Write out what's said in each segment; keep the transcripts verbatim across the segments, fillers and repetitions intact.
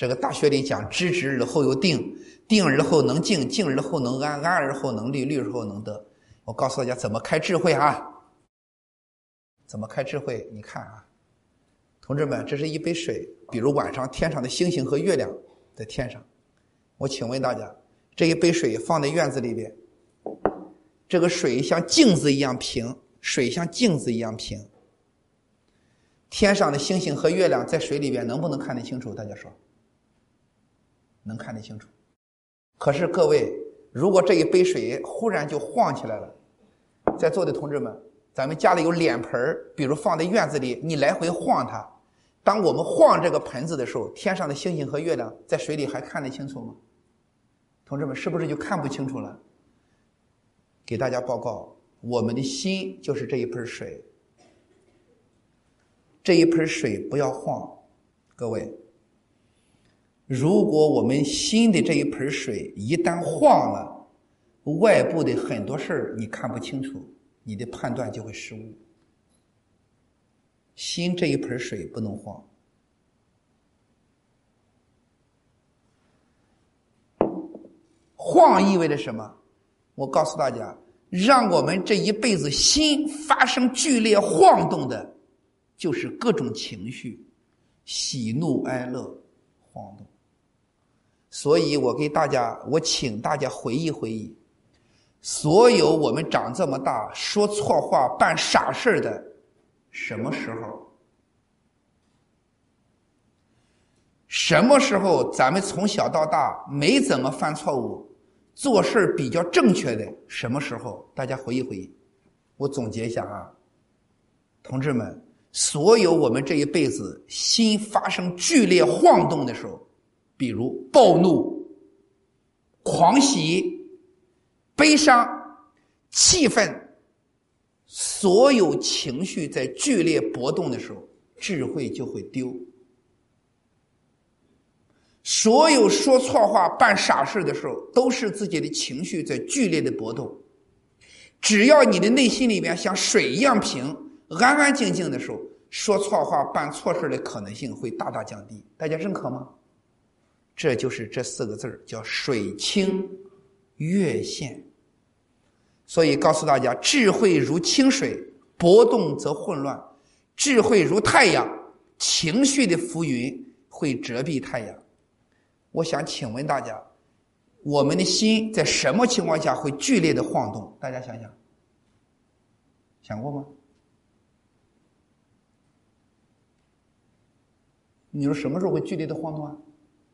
这个大学里讲知止而后有定，定而后能静，静而后能安，安而后能虑，虑而后能得。我告诉大家怎么开智慧啊，怎么开智慧。你看啊，同志们，这是一杯水，比如晚上天上的星星和月亮在天上，我请问大家，这一杯水放在院子里边，这个水像镜子一样平，水像镜子一样平，天上的星星和月亮在水里边能不能看得清楚？大家说能看得清楚。可是各位，如果这一杯水忽然就晃起来了，在座的同志们，咱们家里有脸盆，比如放在院子里，你来回晃它，当我们晃这个盆子的时候，天上的星星和月亮在水里还看得清楚吗？同志们，是不是就看不清楚了？给大家报告，我们的心就是这一盆水，这一盆水不要晃。各位，如果我们心的这一盆水一旦晃了，外部的很多事儿你看不清楚，你的判断就会失误。心这一盆水不能晃。晃意味着什么？我告诉大家，让我们这一辈子心发生剧烈晃动的，就是各种情绪，喜怒哀乐晃动。所以我给大家，我请大家回忆回忆，所有我们长这么大说错话办傻事的，什么时候？什么时候咱们从小到大没怎么犯错误，做事比较正确的，什么时候？大家回忆回忆。我总结一下啊，同志们，所有我们这一辈子心发生剧烈晃动的时候，比如暴怒、狂喜、悲伤、气愤，所有情绪在剧烈波动的时候，智慧就会丢。所有说错话办傻事的时候，都是自己的情绪在剧烈的波动。只要你的内心里面像水一样平，安安静静的时候，说错话办错事的可能性会大大降低。大家认可吗？这就是这四个字，叫水清月现。所以告诉大家，智慧如清水，波动则混乱；智慧如太阳，情绪的浮云会遮蔽太阳。我想请问大家，我们的心在什么情况下会剧烈的晃动？大家想想，想过吗？你说什么时候会剧烈的晃动啊？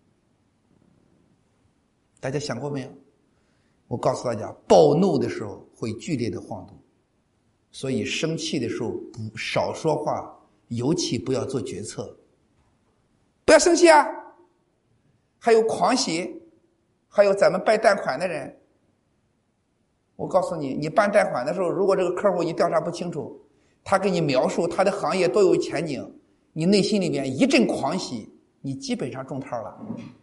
大家想过没有？我告诉大家，暴怒的时候会剧烈的晃动，所以生气的时候不少说话，尤其不要做决策。不要生气啊！还有狂喜，还有咱们办贷款的人，我告诉你，你办贷款的时候，如果这个客户你调查不清楚，他给你描述他的行业多有前景，你内心里面一阵狂喜，你基本上中套了。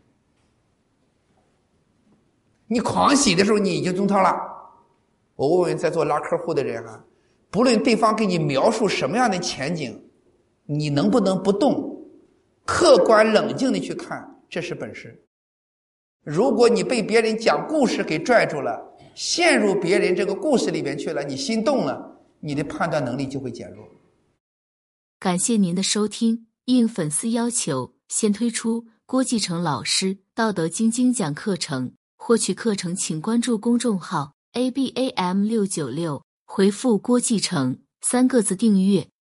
你狂喜的时候，你已经中套了。我问问在座拉客户的人啊，不论对方给你描述什么样的前景，你能不能不动，客观冷静的去看，这是本事。如果你被别人讲故事给拽住了，陷入别人这个故事里边去了，你心动了，你的判断能力就会减弱。 感谢您的收听，应粉丝要求，先推出郭继承老师道德经精讲课程，获取课程请关注公众号 A B A M 六九六，回复郭继承三个字订阅。